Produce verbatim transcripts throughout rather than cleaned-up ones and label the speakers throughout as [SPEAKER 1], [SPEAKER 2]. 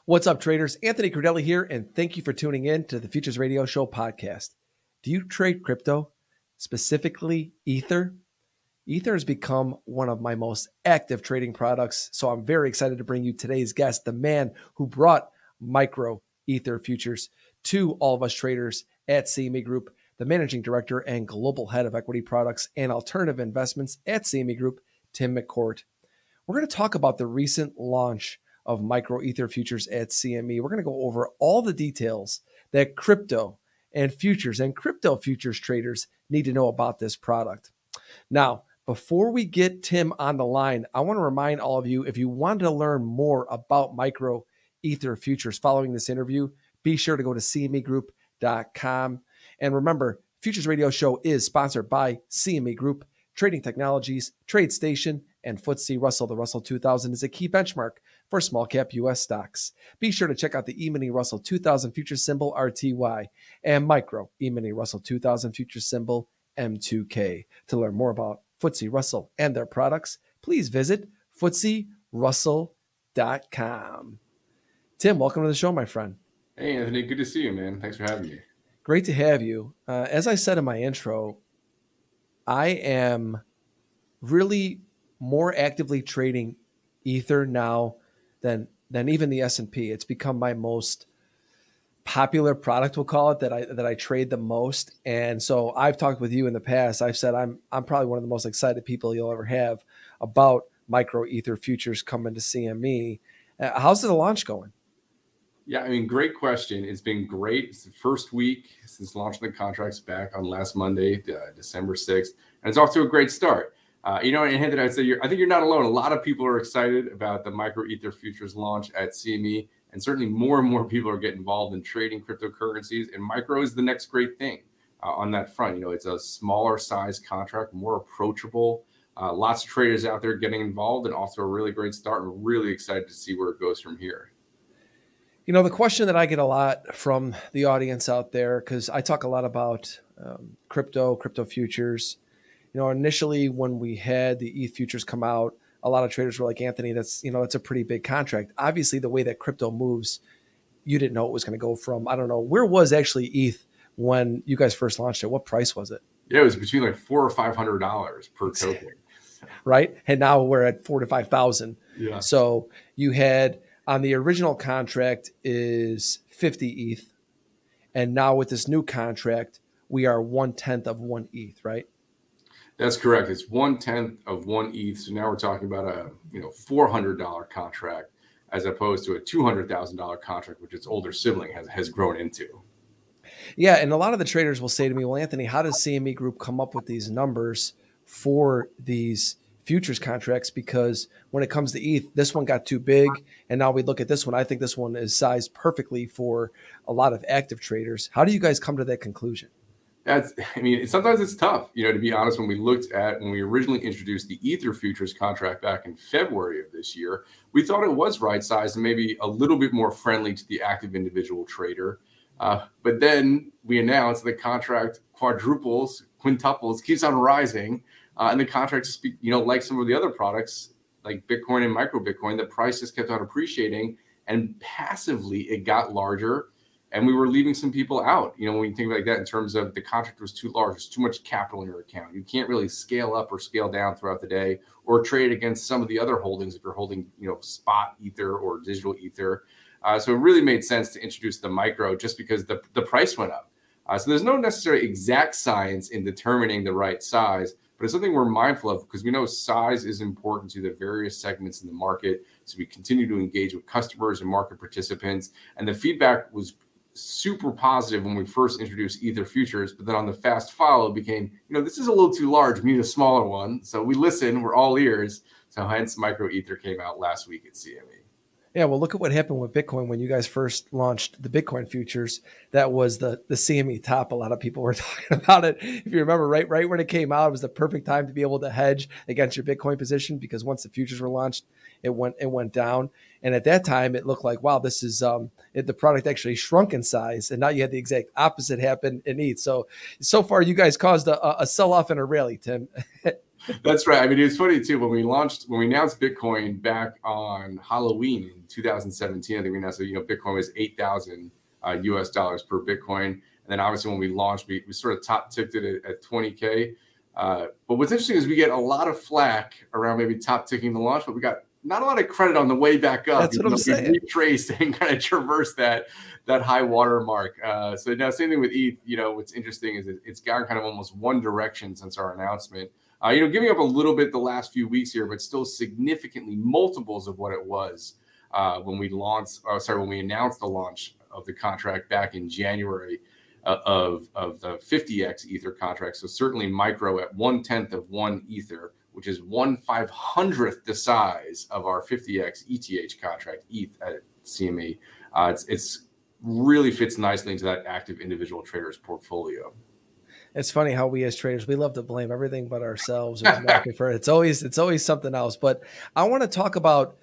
[SPEAKER 1] What's up, traders? Anthony Cordelli here, and thank you for tuning in to the Futures Radio Show podcast. Do you trade crypto, specifically Ether? Ether has become one of my most active trading products, so I'm very excited to bring you today's guest, the man who brought Micro Ether Futures to all of us traders at C M E Group, the managing director and global head of equity products and alternative investments at C M E Group, Tim McCourt. We're going to talk about the recent launch of Micro Ether Futures at C M E. We're going to go over all the details that crypto and futures and crypto futures traders need to know about this product. Now, before we get Tim on the line, I want to remind all of you, if you want to learn more about Micro Ether Futures following this interview, be sure to go to C M E group dot com. And remember, Futures Radio Show is sponsored by C M E Group, Trading Technologies, TradeStation, and F T S E Russell. The Russell two thousand is a key benchmark for small cap U S stocks. Be sure to check out the E-mini Russell two thousand future symbol R T Y and Micro E-mini Russell two thousand future symbol M two K. To learn more about F T S E Russell and their products, please visit F T S E Russell dot com. Tim, welcome to the show, my friend.
[SPEAKER 2] Hey, Anthony. Good to see you, man. Thanks for having me.
[SPEAKER 1] Great to have you. Uh, as I said in my intro, I am really more actively trading Ether now than than even the S and P. It's become my most popular product, we'll call it, that I that I trade the most. And so I've talked with you in the past. I've said I'm I'm probably one of the most excited people you'll ever have about Micro Ether Futures coming to C M E. Uh, how's the launch going?
[SPEAKER 2] Yeah, I mean, great question. It's been great. It's the first week since launching the contracts back on last Monday, uh, December sixth, and it's off to a great start. Uh, you know, and Anthony, I'd say you're, I think you're not alone. A lot of people are excited about the Micro Ether Futures launch at C M E, and certainly more and more people are getting involved in trading cryptocurrencies, and Micro is the next great thing uh, on that front. You know, it's a smaller size contract, more approachable. Uh, lots of traders out there getting involved, and off to a really great start. We're really excited to see where it goes from here.
[SPEAKER 1] You know, the question that I get a lot from the audience out there, because I talk a lot about um, crypto, crypto futures. You know, initially when we had the E T H futures come out, a lot of traders were like, Anthony, that's, you know, that's a pretty big contract. Obviously, the way that crypto moves, you didn't know it was going to go from, I don't know, where was actually E T H when you guys first launched it? What price was it?
[SPEAKER 2] Yeah, it was between like four or five hundred dollars per token.
[SPEAKER 1] Right. And now we're at four to five thousand.
[SPEAKER 2] Yeah.
[SPEAKER 1] So you had on the original contract is fifty E T H. And now with this new contract, we are one tenth of one E T H, right?
[SPEAKER 2] That's correct. It's one tenth of one E T H. So now we're talking about a you know four hundred dollars contract as opposed to a two hundred thousand dollars contract, which its older sibling has, has grown into.
[SPEAKER 1] Yeah. And a lot of the traders will say to me, well, Anthony, how does C M E Group come up with these numbers for these futures contracts? Because when it comes to E T H, this one got too big. And now we look at this one. I think this one is sized perfectly for a lot of active traders. How do you guys come to that conclusion?
[SPEAKER 2] That's, I mean, sometimes it's tough, you know, to be honest. When we looked at, when we originally introduced the Ether futures contract back in February of this year, we thought it was right sized and maybe a little bit more friendly to the active individual trader. Uh, but then we announced the contract quadruples, quintuples, keeps on rising. Uh, and the contract, just be, you know, like some of the other products like Bitcoin and micro Bitcoin, the price just kept on appreciating, and passively it got larger. And we were leaving some people out, you know, when you think like that in terms of the contract was too large, there's too much capital in your account. You can't really scale up or scale down throughout the day or trade against some of the other holdings if you're holding, you know, spot Ether or digital Ether. Uh, so it really made sense to introduce the micro just because the, the price went up. Uh, so there's no necessary exact science in determining the right size, but it's something we're mindful of because we know size is important to the various segments in the market. So we continue to engage with customers and market participants. And the feedback was super positive when we first introduced Ether futures, but then on the fast follow it became, you know, this is a little too large. We need a smaller one. So we listen, we're all ears. So hence Micro Ether came out last week at C M E.
[SPEAKER 1] Yeah, well, look at what happened with Bitcoin when you guys first launched the Bitcoin futures. That was the the C M E top. A lot of people were talking about it. If you remember, right, right when it came out, it was the perfect time to be able to hedge against your Bitcoin position because once the futures were launched, it went it went down. And at that time, it looked like, wow, this is um, it, the product actually shrunk in size. And now you had the exact opposite happen in E T H. So so far, you guys caused a, a sell off and a rally, Tim.
[SPEAKER 2] That's right. I mean, it was funny too when we launched, when we announced Bitcoin back on Halloween in two thousand seventeen. I think we announced that, you know, Bitcoin was eight thousand uh, U S dollars per Bitcoin, and then obviously when we launched, we, we sort of top ticked it at, at twenty K. Uh, but what's interesting is we get a lot of flack around maybe top ticking the launch, but we got not a lot of credit on the way back up.
[SPEAKER 1] That's what I'm saying.
[SPEAKER 2] Retraced and kind of traversed that that high water mark. Uh, so now, same thing with E T H. You know, what's interesting is it, it's gone kind of almost one direction since our announcement. Uh, you know, giving up a little bit the last few weeks here, but still significantly multiples of what it was uh, when we launched. Uh, sorry, when we announced the launch of the contract back in January uh, of of the fifty X Ether contract. So certainly micro at one tenth of one Ether, which is one five hundredth the size of our fifty X E T H contract, E T H at C M E. Uh, it's it's really fits nicely into that active individual trader's portfolio.
[SPEAKER 1] It's funny how we as traders, we love to blame everything but ourselves. Or the market for it. It's always it's always something else. But I want to talk about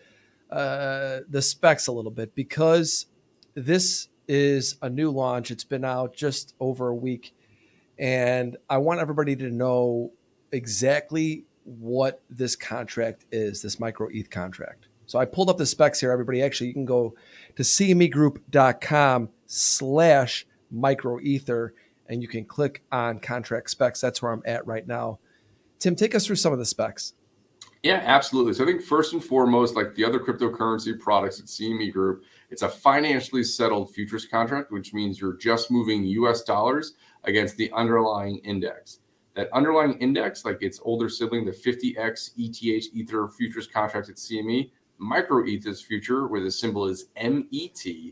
[SPEAKER 1] uh, the specs a little bit, because this is a new launch. It's been out just over a week, and I want everybody to know exactly what this contract is, this micro E T H contract. So I pulled up the specs here, everybody. Actually, you can go to C M E group dot com slash micro ether, and you can click on contract specs. That's where I'm at right now. Tim, take us through some of the specs.
[SPEAKER 2] Yeah, absolutely. So I think first and foremost, like the other cryptocurrency products at C M E Group, it's a financially settled futures contract, which means you're just moving U S dollars against the underlying index. That underlying index, like its older sibling, the fifty X E T H Ether futures contract at C M E, micro E T H's future, where the symbol is M E T,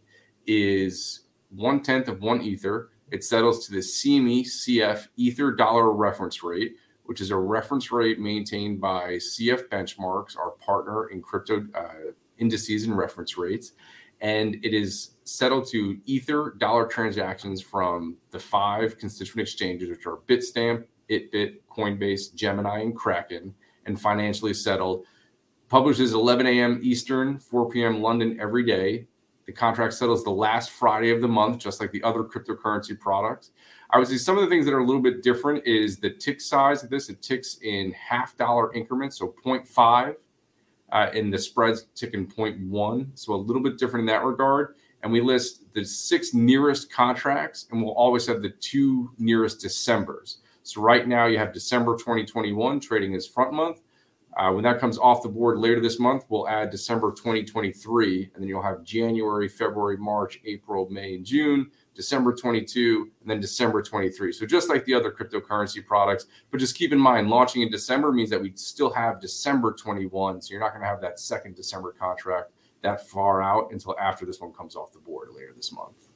[SPEAKER 2] is one tenth of one Ether. It settles to the C M E C F Ether dollar reference rate, which is a reference rate maintained by C F Benchmarks, our partner in crypto uh, indices and reference rates. And it is settled to Ether dollar transactions from the five constituent exchanges, which are Bitstamp, Itbit, Coinbase, Gemini, and Kraken, and financially settled. Publishes eleven a.m. Eastern, four p.m. London every day. The contract settles the last Friday of the month, just like the other cryptocurrency products. I would say some of the things that are a little bit different is the tick size of this. It ticks in half dollar increments, so zero point five, uh, and the spreads tick in zero point one, so a little bit different in that regard. And we list the six nearest contracts, and we'll always have the two nearest Decembers. So right now you have December twenty twenty-one trading as front month. Uh, when that comes off the board later this month, we'll add December twenty twenty-three, and then you'll have January, February, March, April, May, and June, December twenty-two, and then December twenty-three. So just like the other cryptocurrency products, but just keep in mind, launching in December means that we still have December twenty-one. So you're not going to have that second December contract that far out until after this one comes off the board later this month.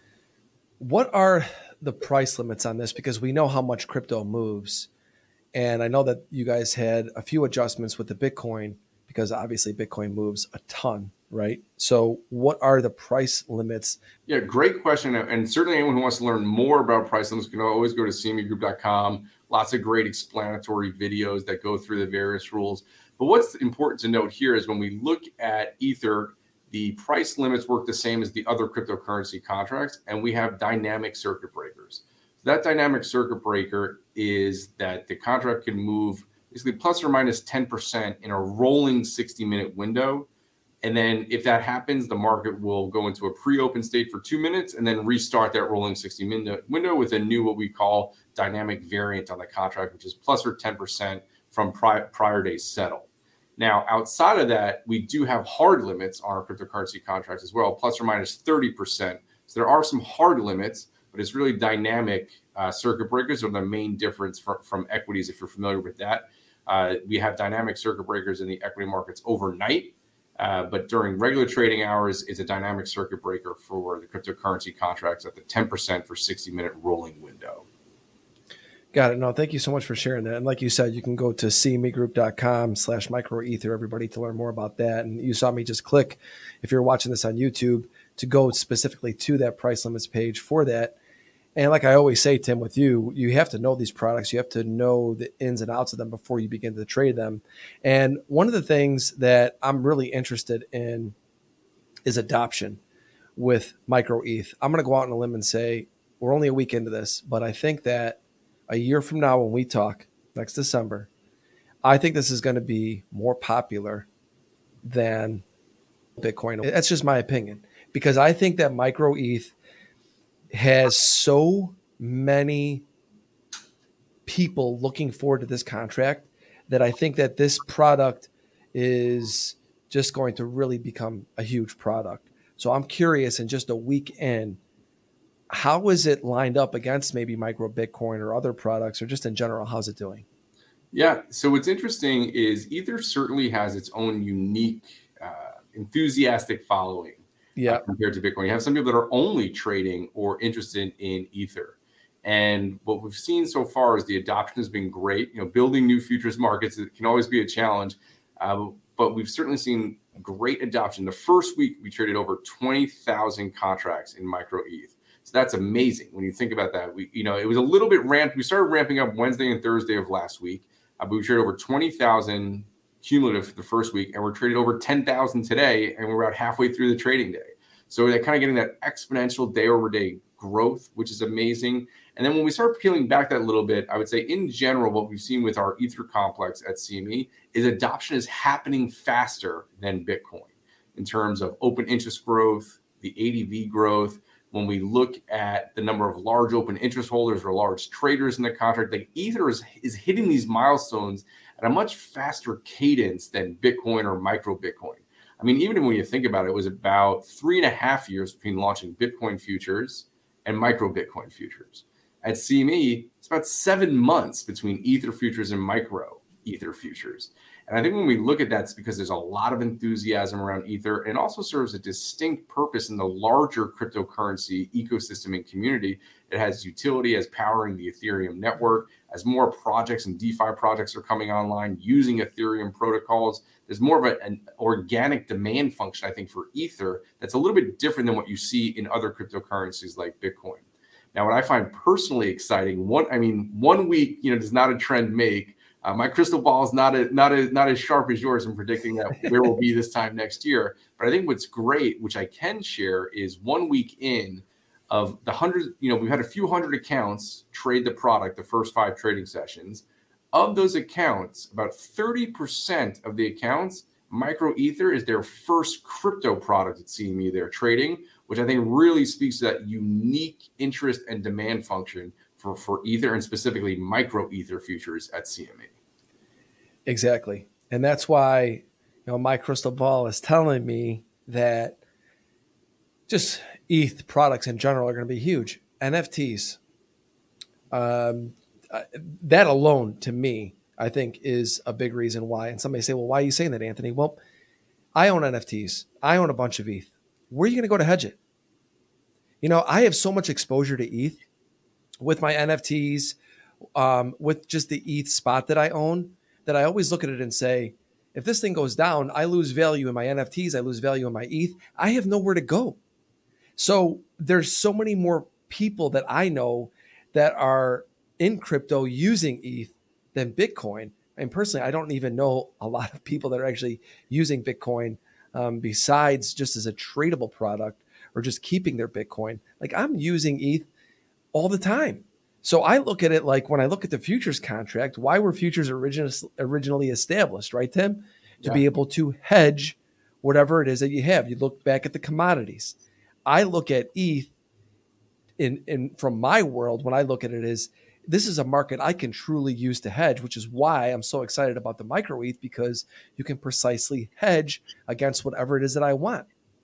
[SPEAKER 1] What are the price limits on this? Because we know how much crypto moves. And I know that you guys had a few adjustments with the Bitcoin, because obviously Bitcoin moves a ton, right? So what are the price limits?
[SPEAKER 2] Yeah, great question. And certainly anyone who wants to learn more about price limits can always go to C M E group dot com. Lots of great explanatory videos that go through the various rules. But what's important to note here is when we look at Ether, the price limits work the same as the other cryptocurrency contracts, and we have dynamic circuit breakers. That dynamic circuit breaker is that the contract can move basically plus or minus ten percent in a rolling sixty minute window. And then if that happens, the market will go into a pre-open state for two minutes and then restart that rolling sixty minute window with a new, what we call dynamic variant on the contract, which is plus or ten percent from prior, prior day settle. Now, outside of that, we do have hard limits on our cryptocurrency contracts as well, plus or minus thirty percent. So there are some hard limits, but it's really dynamic uh, circuit breakers are the main difference from, from equities, if you're familiar with that. Uh, we have dynamic circuit breakers in the equity markets overnight, uh, but during regular trading hours, it's a dynamic circuit breaker for the cryptocurrency contracts at the ten percent for sixty minute rolling window.
[SPEAKER 1] Got it. No, thank you so much for sharing that. And like you said, you can go to C M E group dot com slash micro ether, everybody, to learn more about that. And you saw me just click, if you're watching this on YouTube, to go specifically to that price limits page for that. And like I always say, Tim, with you, you have to know these products. You have to know the ins and outs of them before you begin to trade them. And one of the things that I'm really interested in is adoption with micro E T H. I'm going to go out on a limb and say we're only a week into this, but I think that a year from now when we talk next December, I think this is going to be more popular than Bitcoin. That's just my opinion, because I think that micro E T H has so many people looking forward to this contract that I think that this product is just going to really become a huge product. So I'm curious, in just a week in, how is it lined up against maybe micro Bitcoin or other products, or just in general, how's it doing?
[SPEAKER 2] Yeah. So what's interesting is Ether certainly has its own unique, uh, enthusiastic following uh,
[SPEAKER 1] Yeah.
[SPEAKER 2] compared to Bitcoin. You have some people that are only trading or interested in Ether. And what we've seen so far is the adoption has been great. You know, building new futures markets, it can always be a challenge, uh, but we've certainly seen great adoption. The first week we traded over twenty thousand contracts in micro E T H. So that's amazing when you think about that. We, you know, it was a little bit ramped. We started ramping up Wednesday and Thursday of last week. Uh, but we traded over twenty thousand cumulative for the first week, and we're traded over ten thousand today, and we're about halfway through the trading day. So they're kind of getting that exponential day over day growth, which is amazing. And then when we start peeling back that a little bit, I would say in general, what we've seen with our Ether complex at C M E is adoption is happening faster than Bitcoin in terms of open interest growth, the A D V growth. When we look at the number of large open interest holders or large traders in the contract, like Ether is, is hitting these milestones at a much faster cadence than Bitcoin or micro Bitcoin. I mean, even when you think about it, it was about three and a half years between launching Bitcoin futures and micro Bitcoin futures. At C M E, it's about seven months between Ether futures and micro Ether futures. And I think when we look at that, it's because there's a lot of enthusiasm around Ether, and also serves a distinct purpose in the larger cryptocurrency ecosystem and community. It has utility as powering the Ethereum network. As more projects and DeFi projects are coming online using Ethereum protocols, there's more of a, an organic demand function, I think, for Ether that's a little bit different than what you see in other cryptocurrencies like Bitcoin. Now, what I find personally exciting, one, I mean, one week, you know, does not a trend make. Uh, my crystal ball is not a, not a, not as sharp as yours in predicting that where we'll be this time next year. But I think what's great, which I can share, is one week in of the hundred, you know, we've had a few hundred accounts trade the product the first five trading sessions. Of those accounts, about thirty percent of the accounts, micro Ether is their first crypto product at C M E they're trading, which I think really speaks to that unique interest and demand function for, for Ether, and specifically micro Ether futures at C M E.
[SPEAKER 1] Exactly. And that's why, you know, my crystal ball is telling me that just E T H products in general are going to be huge. N F Ts, um, uh, that alone to me, I think is a big reason why. And somebody say, well, why are you saying that, Anthony? Well, I own N F Ts. I own a bunch of E T H. Where are you going to go to hedge it? You know, I have so much exposure to E T H with my N F Ts, um, with just the E T H spot that I own, that I always look at it and say, if this thing goes down, I lose value in my N F Ts, I lose value in my E T H. I have nowhere to go. So there's so many more people that I know that are in crypto using E T H than Bitcoin. And personally, I don't even know a lot of people that are actually using Bitcoin um, besides just as a tradable product or just keeping their Bitcoin. Like, I'm using E T H all the time. So I look at it like, when I look at the futures contract, why were futures origin- originally established, right, Tim? To
[SPEAKER 2] Yeah.
[SPEAKER 1] be able to hedge whatever it is that you have. You look back at the commodities. I look at E T H in, in from my world, when I look at it, is this is a market I can truly use to hedge, which is why I'm so excited about the micro E T H, because you can precisely hedge against whatever it is that I want.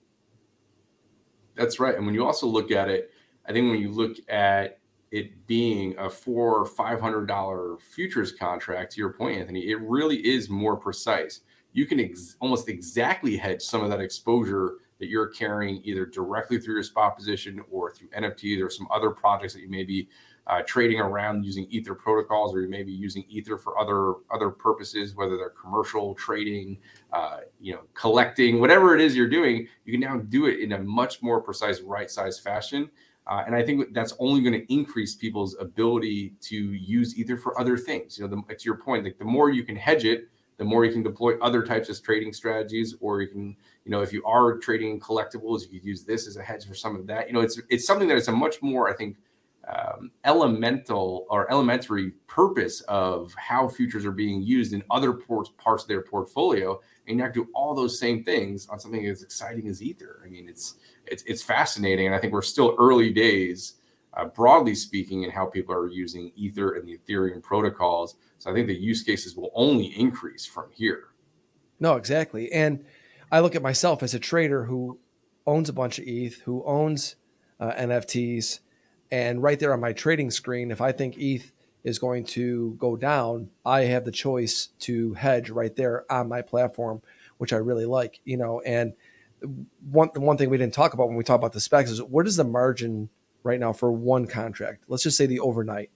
[SPEAKER 2] That's right. And when you also look at it, I think when you look at it being a four or five hundred dollar futures contract, to your point, Anthony, it really is more precise. You can ex- almost exactly hedge some of that exposure that you're carrying either directly through your spot position or through N F Ts or some other projects that you may be uh, trading around using Ether protocols, or you may be using Ether for other other purposes, whether they're commercial trading, uh, you know, collecting, whatever it is you're doing. You can now do it in a much more precise, right-sized fashion. Uh, and I think that's only going to increase people's ability to use Ether for other things. You know, the, to your point, like the more you can hedge it, the more you can deploy other types of trading strategies, or you can, you know, if you are trading collectibles, you could use this as a hedge for some of that. You know, it's it's something that is a much more, I think, um, elemental or elementary purpose of how futures are being used in other ports, parts of their portfolio, and you have to do all those same things on something as exciting as Ether. I mean, it's it's it's fascinating, and I think we're still early days, uh, broadly speaking, in how people are using Ether and the Ethereum protocols. So I think the use cases will only increase from here.
[SPEAKER 1] No, exactly. And I look at myself as a trader who owns a bunch of E T H, who owns uh, N F Ts. And right there on my trading screen, if I think E T H is going to go down, I have the choice to hedge right there on my platform, which I really like, you know. And one, one thing we didn't talk about when we talk about the specs is what is the margin right now for one contract? Let's just say the overnight.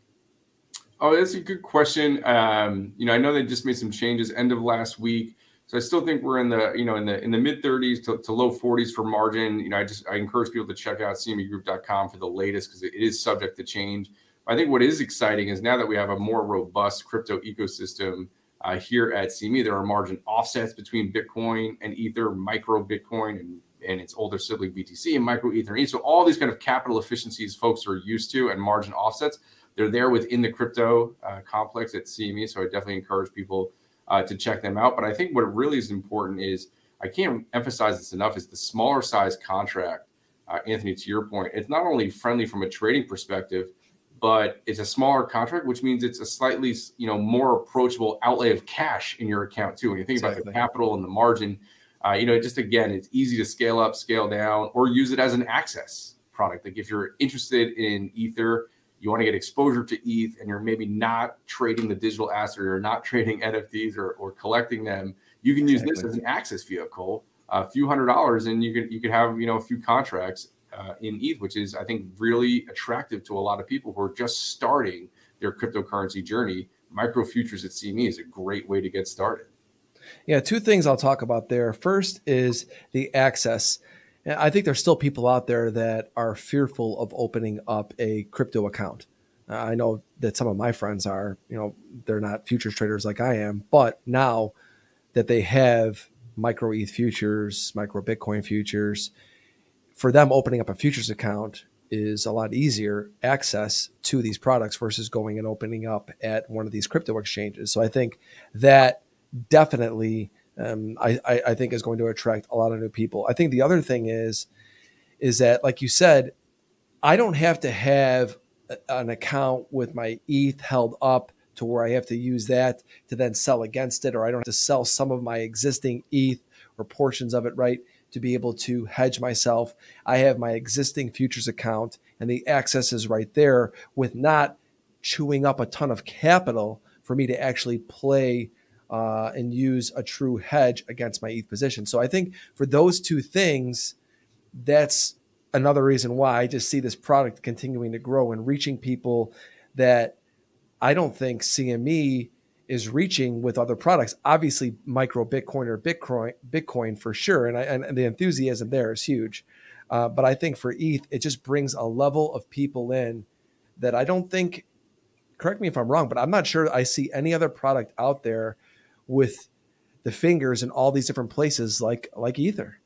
[SPEAKER 2] Oh, that's a good question. Um, you know, I know they just made some changes end of last week, so I still think we're in the you know in the in the mid thirties to, to low forties for margin. You know, I just I encourage people to check out C M E group dot com for the latest because it is subject to change. I think what is exciting is now that we have a more robust crypto ecosystem uh, here at C M E, there are margin offsets between Bitcoin and Ether, micro Bitcoin and and its older sibling B T C, and micro Ether and E T H. So all these kind of capital efficiencies folks are used to and margin offsets. They're there within the crypto uh, complex at C M E, so I definitely encourage people uh, to check them out. But I think what really is important is, I can't emphasize this enough, is the smaller size contract. Uh, Anthony, to your point, it's not only friendly from a trading perspective, but it's a smaller contract, which means it's a slightly you know more approachable outlay of cash in your account too. When you think exactly. about the capital and the margin, uh, you know, just again, it's easy to scale up, scale down, or use it as an access product. Like if you're interested in Ether, you want to get exposure to E T H, and you're maybe not trading the digital asset, or you're not trading N F Ts or, or collecting them, you can use exactly. this as an access vehicle, a few hundred dollars, and you can you can have you know a few contracts uh, in E T H, which is I think really attractive to a lot of people who are just starting their cryptocurrency journey. Micro futures at C M E is a great way to get started.
[SPEAKER 1] Yeah, two things I'll talk about there. First is the access. I think there's still people out there that are fearful of opening up a crypto account. Uh, I know that some of my friends are, you know, they're not futures traders like I am, but now that they have micro E T H futures, micro Bitcoin futures, for them opening up a futures account is a lot easier access to these products versus going and opening up at one of these crypto exchanges. So I think that definitely Um, I, I, I think is going to attract a lot of new people. I think the other thing is, is that, like you said, I don't have to have a, an account with my E T H held up to where I have to use that to then sell against it, or I don't have to sell some of my existing E T H or portions of it, right, to be able to hedge myself. I have my existing futures account, and the access is right there with not chewing up a ton of capital for me to actually play Uh, and use a true hedge against my E T H position. So I think for those two things, that's another reason why I just see this product continuing to grow and reaching people that I don't think C M E is reaching with other products. Obviously, micro Bitcoin or Bitcoin, Bitcoin for sure, and, I, and the enthusiasm there is huge. Uh, but I think for E T H, it just brings a level of people in that I don't think. Correct me if I'm wrong, but I'm not sure I see any other product out there with the fingers in all these different places like like Ether.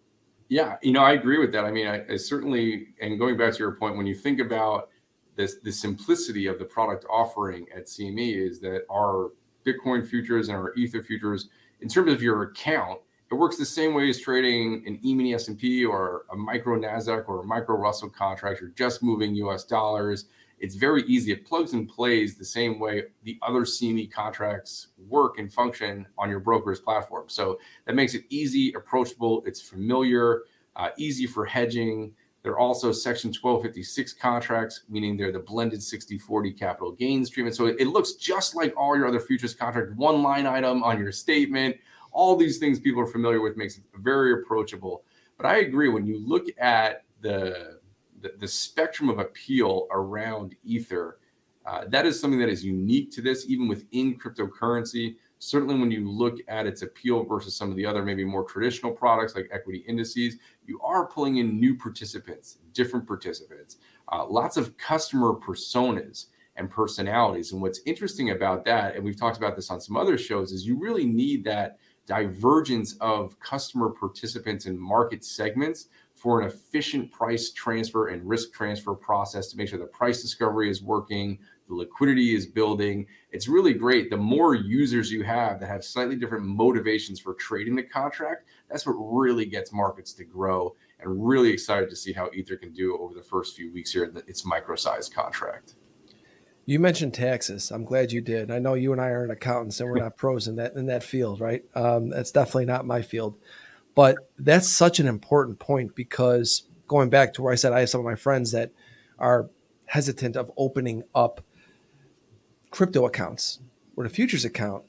[SPEAKER 2] Yeah, you know, I agree with that. I mean, I, I certainly, and going back to your point, when you think about this, the simplicity of the product offering at C M E is that our Bitcoin futures and our Ether futures, in terms of your account, it works the same way as trading an E-mini S and P or a micro NASDAQ or a micro Russell contract. You're just moving U S dollars. It's very easy. It plugs and plays the same way the other C M E contracts work and function on your broker's platform. So that makes it easy, approachable. It's familiar, uh, easy for hedging. They're also Section twelve fifty-six contracts, meaning they're the blended sixty forty capital gains treatment. So it, it looks just like all your other futures contracts, one line item on your statement. All these things people are familiar with makes it very approachable. But I agree, when you look at the The, the spectrum of appeal around Ether, uh, that is something that is unique to this, even within cryptocurrency. Certainly when you look at its appeal versus some of the other maybe more traditional products like equity indices, you are pulling in new participants, different participants, uh, lots of customer personas and personalities. And what's interesting about that, and we've talked about this on some other shows, is you really need that divergence of customer participants and market segments for an efficient price transfer and risk transfer process to make sure the price discovery is working, the liquidity is building. It's really great. The more users you have that have slightly different motivations for trading the contract, that's what really gets markets to grow. And really excited to see how Ether can do over the first few weeks here in its micro-sized contract.
[SPEAKER 1] You mentioned taxes. I'm glad you did. I know you and I are accountants and we're not pros in that in that field, right? Um, that's definitely not my field. But that's such an important point, because going back to where I said I have some of my friends that are hesitant of opening up crypto accounts, or the futures account.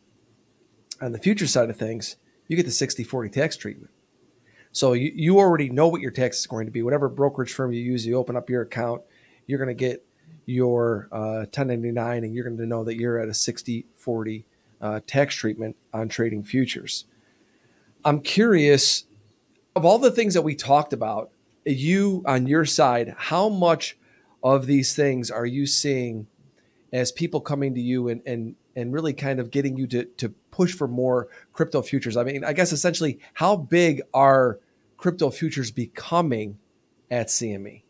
[SPEAKER 1] On the future side of things, you get the sixty forty tax treatment. So you, you already know what your tax is going to be. Whatever brokerage firm you use, you open up your account, you're going to get your uh, ten ninety-nine, and you're going to know that you're at a sixty forty uh, tax treatment on trading futures. I'm curious, of all the things that we talked about, you on your side, how much of these things are you seeing as people coming to you and and and really kind of getting you to to push for more crypto futures? I mean, I guess essentially, how big are crypto futures becoming at C M E?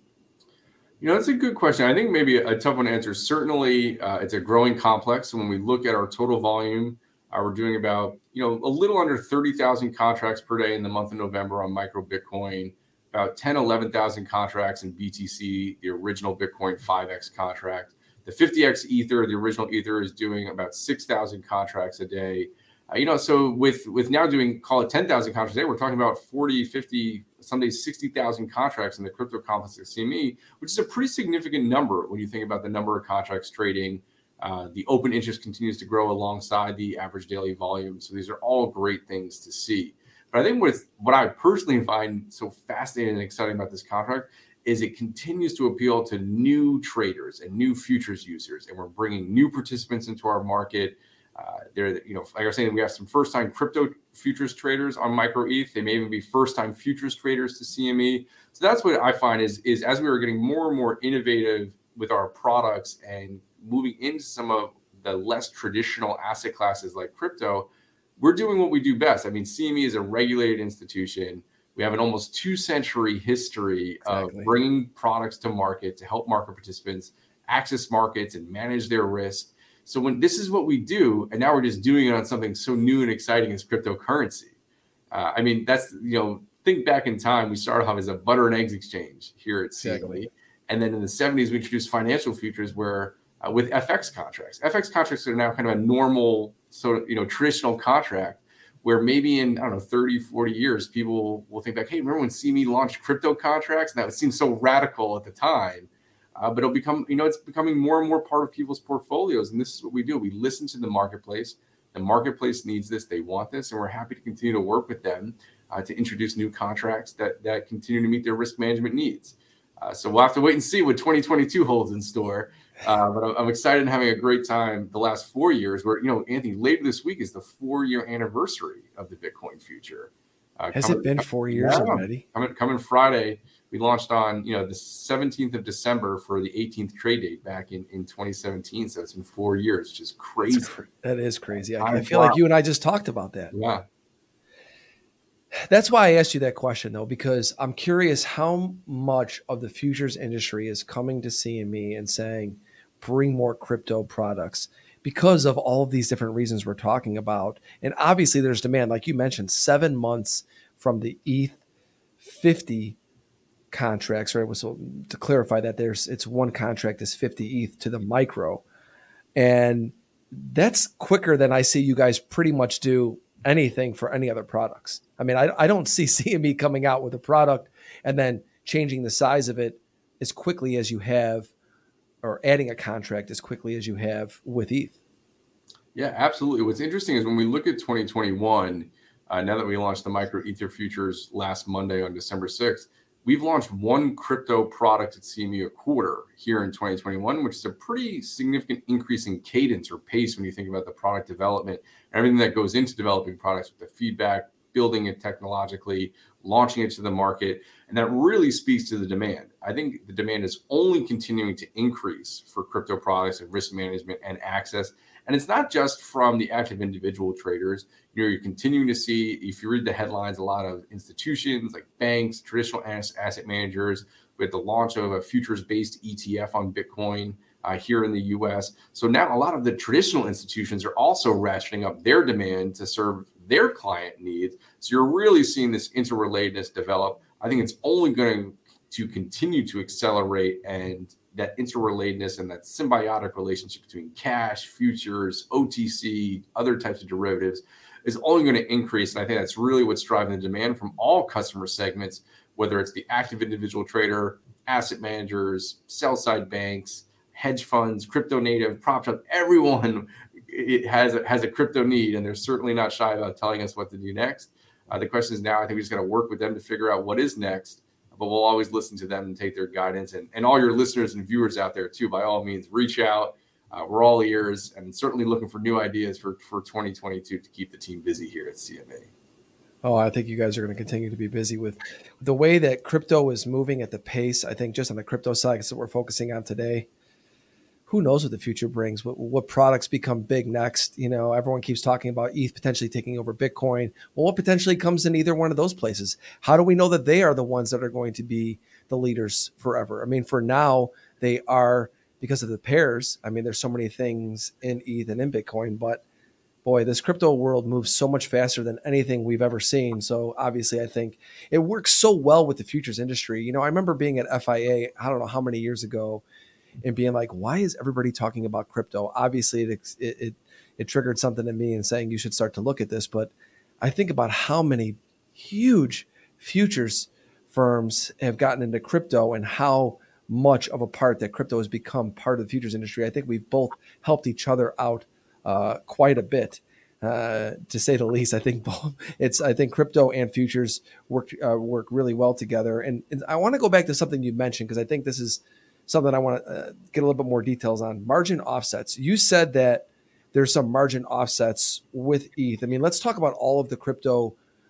[SPEAKER 2] You know, that's a good question. I think maybe a tough one to answer. Certainly, uh, it's a growing complex. So when we look at our total volume, uh, we're doing about, you know, a little under thirty thousand contracts per day in the month of November on micro Bitcoin, about ten, eleven thousand contracts in B T C, the original Bitcoin five X contract. The fifty X Ether, the original Ether, is doing about six thousand contracts a day. Uh, you know, so with with now doing, call it ten thousand contracts a day, we're talking about forty, fifty, some days sixty thousand contracts in the crypto complex at C M E, which is a pretty significant number when you think about the number of contracts trading. Uh, the open interest continues to grow alongside the average daily volume. So these are all great things to see. But I think with what I personally find so fascinating and exciting about this contract is it continues to appeal to new traders and new futures users. And we're bringing new participants into our market. Uh, there, you know, like I was saying, we have some first-time crypto futures traders on micro E T H. They may even be first-time futures traders to C M E. So that's what I find is, is as we are getting more and more innovative with our products and moving into some of the less traditional asset classes like crypto, we're doing what we do best. I mean, C M E is a regulated institution. We have an almost two-century history exactly. of bringing products to market to help market participants access markets and manage their risk. So when this is what we do, and now we're just doing it on something so new and exciting as cryptocurrency. Uh, I mean, that's, you know, think back in time, we started off as a butter and eggs exchange here at C M E. Exactly. And then in the seventies, we introduced financial futures where uh, with F X contracts. F X contracts are now kind of a normal, sort of, you know, traditional contract where maybe in, I don't know, thirty, forty years, people will think back, hey, remember when C M E launched crypto contracts? And that would seem so radical at the time. Uh, but it'll become, you know, it's becoming more and more part of people's portfolios. And this is what we do. We listen to the marketplace. The marketplace needs this. They want this. And we're happy to continue to work with them uh, to introduce new contracts that, that continue to meet their risk management needs. Uh, so we'll have to wait and see what twenty twenty-two holds in store. Uh, but I'm, I'm excited and having a great time the last four years where, you know, Anthony, later this week is the four-year anniversary of the Bitcoin future.
[SPEAKER 1] Uh, Has coming, it been four years yeah, already?
[SPEAKER 2] Coming, coming Friday. We launched on, you know, the seventeenth of December for the eighteenth trade date back in, in twenty seventeen. So it's been four years, which is crazy.
[SPEAKER 1] Cr- that is crazy. I, I feel like you and I just talked about that.
[SPEAKER 2] Yeah.
[SPEAKER 1] That's why I asked you that question, though, because I'm curious how much of the futures industry is coming to C M E and saying, bring more crypto products because of all of these different reasons we're talking about. And obviously there's demand, like you mentioned, seven months from the E T H fifty contracts, right? So to clarify that, there's it's one contract is fifty E T H to the micro, and that's quicker than I see you guys pretty much do anything for any other products. I mean, I, I don't see C M E coming out with a product and then changing the size of it as quickly as you have, or adding a contract as quickly as you have with E T H.
[SPEAKER 2] Yeah, absolutely. What's interesting is when we look at twenty twenty-one, uh, now that we launched the micro Ether futures last Monday on December sixth, we've launched one crypto product at C M E a quarter here in twenty twenty-one, which is a pretty significant increase in cadence or pace when you think about the product development and everything that goes into developing products with the feedback, building it technologically, launching it to the market. And that really speaks to the demand. I think the demand is only continuing to increase for crypto products and risk management and access. And it's not just from the active individual traders. You know, you're continuing to see, if you read the headlines, a lot of institutions like banks, traditional asset managers, with the launch of a futures-based E T F on Bitcoin uh, here in the U S. So now a lot of the traditional institutions are also ratcheting up their demand to serve their client needs. So you're really seeing this interrelatedness develop. I think it's only going to continue to accelerate, and that interrelatedness and that symbiotic relationship between cash, futures, O T C, other types of derivatives is only going to increase. And I think that's really what's driving the demand from all customer segments, whether it's the active individual trader, asset managers, sell-side banks, hedge funds, crypto native, prop shop, everyone it has a, has a crypto need, and they're certainly not shy about telling us what to do next. Uh, the question is now, I think we just got to work with them to figure out what is next, but we'll always listen to them and take their guidance. And, and all your listeners and viewers out there too, by all means, reach out. Uh, we're all ears, and certainly looking for new ideas for, for twenty twenty-two to keep the team busy here at C M A.
[SPEAKER 1] Oh, I think you guys are going to continue to be busy with the way that crypto is moving at the pace. I think just on the crypto side, that's what we're focusing on today. Who knows what the future brings, what, what products become big next. You know, everyone keeps talking about E T H potentially taking over Bitcoin. Well, what potentially comes in either one of those places? How do we know that they are the ones that are going to be the leaders forever? I mean, for now, they are because of the pairs. I mean, there's so many things in E T H and in Bitcoin, but boy, this crypto world moves so much faster than anything we've ever seen. So obviously, I think it works so well with the futures industry. You know, I remember being at F I A, I don't know how many years ago, and being like, why is everybody talking about crypto? Obviously, it, it, it, it triggered something in me and saying you should start to look at this. But I think about how many huge futures firms have gotten into crypto and how much of a part that crypto has become part of the futures industry. I think we've both helped each other out uh, quite a bit, uh, to say the least. I think both, it's I think crypto and futures work uh, work really well together. And, and I want to go back to something you mentioned, because I think this is something I want to uh, get a little bit more details on. Margin offsets. You said that there's some margin offsets with E T H. I mean, let's talk about all of the crypto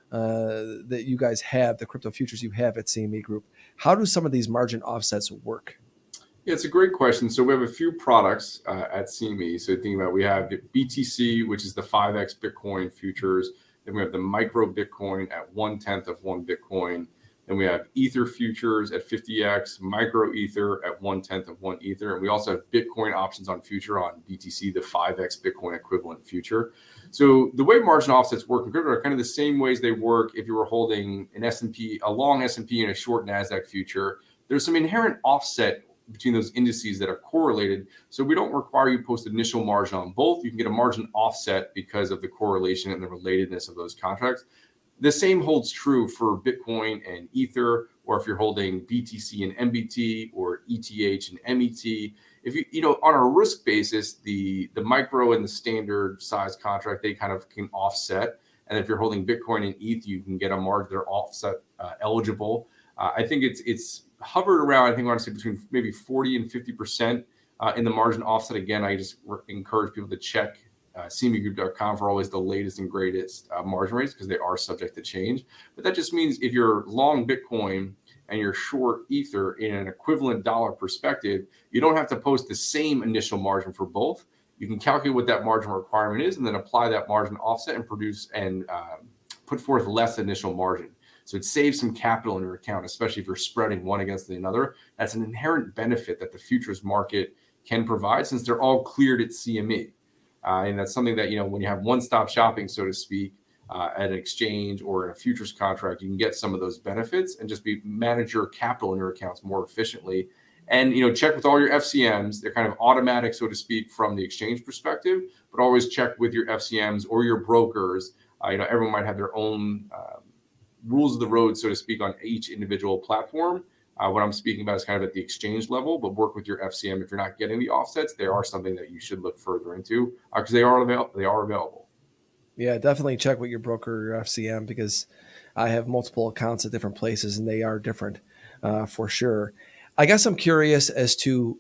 [SPEAKER 1] uh, that you guys have, the crypto futures you have at C M E Group. How do some of these margin offsets work?
[SPEAKER 2] Yeah, it's a great question. So we have a few products uh, at C M E. So think about, we have the B T C, which is the five X Bitcoin futures. Then we have the micro Bitcoin at one tenth of one Bitcoin. Then we have Ether futures at fifty X, micro Ether at one tenth of one Ether. And we also have Bitcoin options on future on B T C, the five X Bitcoin equivalent future. So the way margin offsets work in crypto are kind of the same ways they work if you were holding an S and P, a long S and P and a short NASDAQ future. There's some inherent offset between those indices that are correlated. So we don't require you post initial margin on both. You can get a margin offset because of the correlation and the relatedness of those contracts. The same holds true for Bitcoin and Ether, or if you're holding B T C and M B T, or E T H and M E T. If you, you know, on a risk basis, the, the micro and the standard size contract, they kind of can offset. And if you're holding Bitcoin and E T H, you can get a margin, they're offset uh, eligible. Uh, I think it's it's hovered around, I think I want to say between maybe forty and fifty percent uh, in the margin offset. Again, I just re- encourage people to check uh, C M E group dot com for always the latest and greatest uh, margin rates, because they are subject to change. But that just means if you're long Bitcoin and you're short Ether in an equivalent dollar perspective, you don't have to post the same initial margin for both. You can calculate what that margin requirement is and then apply that margin offset and produce and uh, put forth less initial margin. So it saves some capital in your account, especially if you're spreading one against the other. That's an inherent benefit that the futures market can provide, since they're all cleared at C M E. Uh, and that's something that, you know, when you have one-stop shopping, so to speak, uh, at an exchange or in a futures contract, you can get some of those benefits and just be manage your capital in your accounts more efficiently. And, you know, check with all your F C Ms. They're kind of automatic, so to speak, from the exchange perspective, but always check with your F C Ms or your brokers. Uh, you know, everyone might have their own uh, rules of the road, so to speak, on each individual platform. Uh, what I'm speaking about is kind of at the exchange level, but work with your F C M. If you're not getting the offsets, they are something that you should look further into, because uh, they are avail- they are available.
[SPEAKER 1] Yeah, definitely check with your broker or your F C M, because I have multiple accounts at different places and they are different uh, for sure. I guess I'm curious as to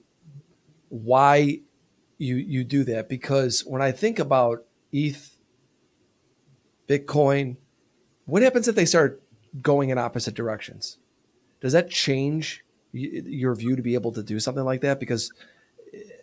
[SPEAKER 1] why you you do that, because when I think about E T H, Bitcoin, what happens if they start going in opposite directions? Does that change your view to be able to do something like that? Because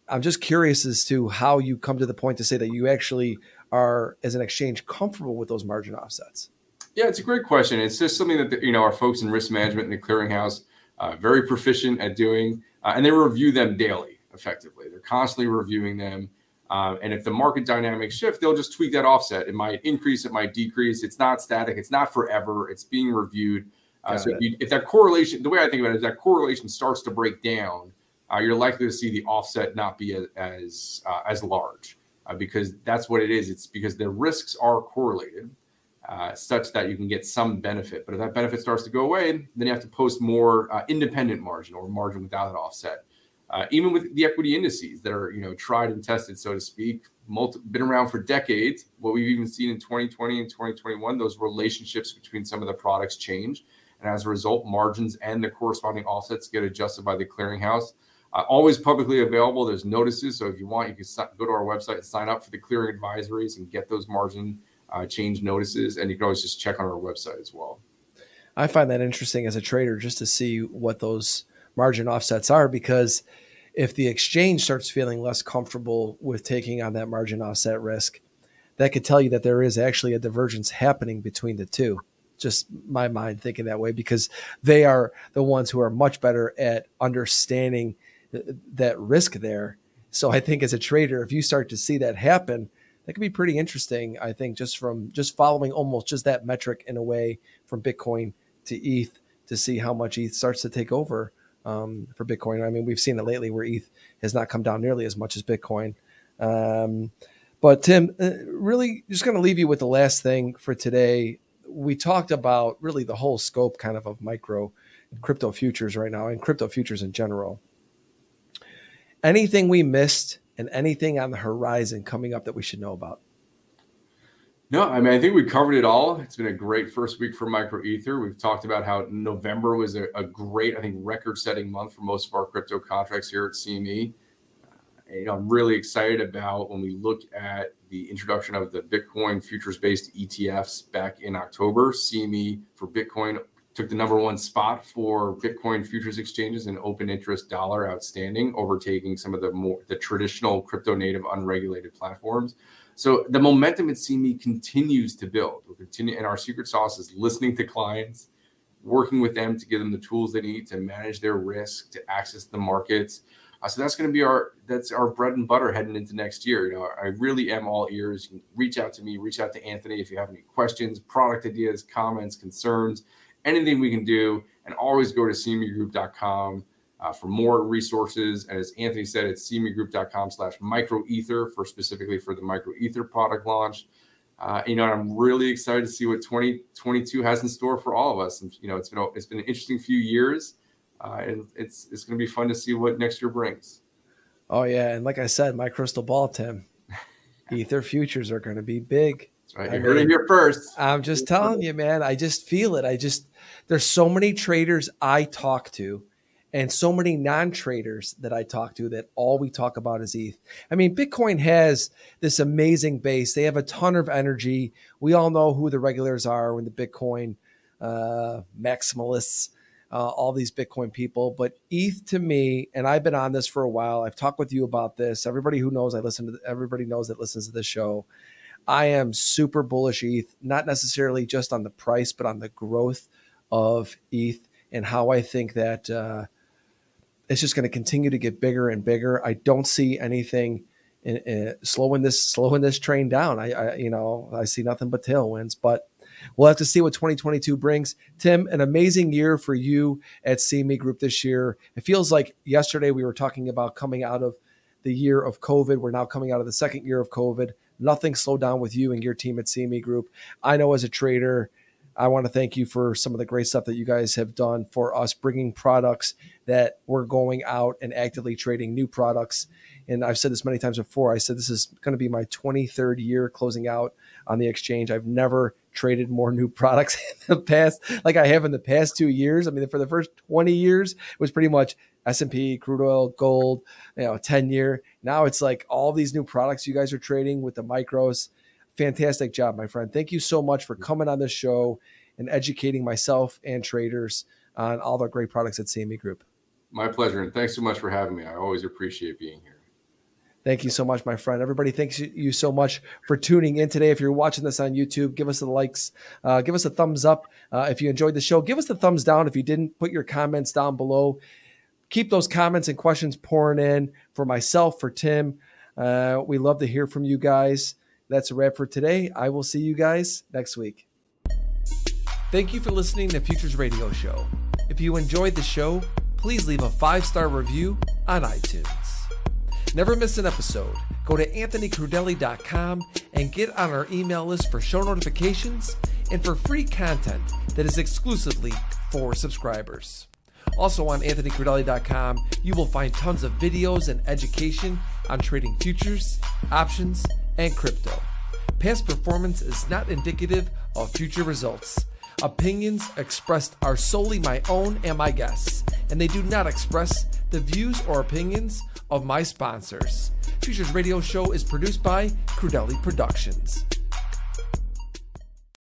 [SPEAKER 1] I'm just curious as to how you come to the point to say that you actually are, as an exchange, comfortable with those margin offsets.
[SPEAKER 2] Yeah, it's a great question. It's just something that the, you know our folks in risk management in the clearinghouse uh, very proficient at doing, uh, and they review them daily. Effectively, they're constantly reviewing them. Uh, and if the market dynamics shift, they'll just tweak that offset. It might increase, it might decrease. It's not static. It's not forever. It's being reviewed. Uh, so if, you, if that correlation, the way I think about it is that correlation starts to break down, uh, you're likely to see the offset not be as as, uh, as large uh, because that's what it is. It's because the risks are correlated uh, such that you can get some benefit. But if that benefit starts to go away, then you have to post more uh, independent margin or margin without an offset. Uh, even with the equity indices that are, you know, tried and tested, so to speak, multi- been around for decades. What we've even seen in twenty twenty and twenty twenty-one, those relationships between some of the products change. And as a result, margins and the corresponding offsets get adjusted by the clearinghouse. Uh, always publicly available. There's notices. So if you want, you can go to our website and sign up for the clearing advisories and get those margin uh, change notices. And you can always just check on our website as well.
[SPEAKER 1] I find that interesting as a trader just to see what those margin offsets are, because if the exchange starts feeling less comfortable with taking on that margin offset risk, that could tell you that there is actually a divergence happening between the two. Just my mind thinking that way, because they are the ones who are much better at understanding that risk there. So I think as a trader, if you start to see that happen, that could be pretty interesting. I think just from just following almost just that metric in a way from Bitcoin to E T H to see how much E T H starts to take over um, for Bitcoin. I mean, we've seen it lately where E T H has not come down nearly as much as Bitcoin. Um, but Tim, uh, really just going to leave you with the last thing for today. We talked about really the whole scope kind of of micro crypto futures right now and crypto futures in general. Anything we missed and anything on the horizon coming up that we should know about?
[SPEAKER 2] No, I mean, I think we covered it all. It's been a great first week for Micro Ether. We've talked about how November was a, a great, I think, record-setting month for most of our crypto contracts here at C M E. Uh, you know, I'm really excited about when we look at the introduction of the Bitcoin futures-based E T Fs back in October. C M E for Bitcoin took the number one spot for Bitcoin futures exchanges in open interest dollar outstanding, overtaking some of the more the traditional crypto-native unregulated platforms. So the momentum at C M E continues to build. We'll continue, and our secret sauce is listening to clients, working with them to give them the tools they need to manage their risk, to access the markets. Uh, so that's going to be our that's our bread and butter heading into next year. You know, I really am all ears. You can reach out to me, reach out to Anthony if you have any questions, product ideas, comments, concerns, anything we can do, and always go to c m e group dot com. Uh, for more resources. And as Anthony said, it's c m e group dot com slash micro ether for specifically for the Micro Ether product launch. Uh, you know, I'm really excited to see what twenty twenty-two has in store for all of us. And, you know, it's been, a, it's been an interesting few years uh, and it's, it's going to be fun to see what next year brings.
[SPEAKER 1] Oh yeah. And like I said, my crystal ball, Tim, Ether futures are going to be big.
[SPEAKER 2] That's right. You I heard mean, it here first.
[SPEAKER 1] I'm just telling you, man, I just feel it. I just, there's so many traders I talk to and so many non-traders that I talk to that all we talk about is E T H. I mean, Bitcoin has this amazing base. They have a ton of energy. We all know who the regulars are when the Bitcoin uh, maximalists, uh, all these Bitcoin people. But E T H to me, and I've been on this for a while. I've talked with you about this. Everybody who knows I listen to, everybody knows that listens to this show. I am super bullish E T H, not necessarily just on the price, but on the growth of E T H and how I think that uh, it's just going to continue to get bigger and bigger. I don't see anything in, in slowing this slowing this train down. I, I, you know, I see nothing but tailwinds. But we'll have to see what twenty twenty-two brings. Tim, an amazing year for you at C M E Group this year. It feels like yesterday we were talking about coming out of the year of COVID. We're now coming out of the second year of COVID. Nothing slowed down with you and your team at C M E Group. I know as a trader, I want to thank you for some of the great stuff that you guys have done for us, bringing products that we're going out and actively trading new products. And I've said this many times before. I said this is going to be my twenty-third year closing out on the exchange. I've never traded more new products in the past, like I have in the past two years. I mean, for the first twenty years, it was pretty much S and P, crude oil, gold, you know, ten year. Now it's like all these new products you guys are trading with the micros. Fantastic job, my friend. Thank you so much for coming on this show and educating myself and traders on all the great products at C M E Group.
[SPEAKER 2] My pleasure. And thanks so much for having me. I always appreciate being here.
[SPEAKER 1] Thank you so much, my friend. Everybody, thanks you so much for tuning in today. If you're watching this on YouTube, give us the likes, uh, give us a thumbs up. Uh, if you enjoyed the show, give us the thumbs down. If you didn't, put your comments down below. Keep those comments and questions pouring in for myself, for Tim. Uh, we love to hear from you guys. That's a wrap for today. I will see you guys next week. Thank you for listening to Futures Radio Show. If you enjoyed the show, please leave a five-star review on iTunes. Never miss an episode. Go to anthony crudele dot com and get on our email list for show notifications and for free content that is exclusively for subscribers. Also on anthony crudele dot com, you will find tons of videos and education on trading futures, options, and crypto. Past performance is not indicative of future results. Opinions expressed are solely my own and my guests, and they do not express the views or opinions of my sponsors. Futures Radio Show is produced by Crudele Productions.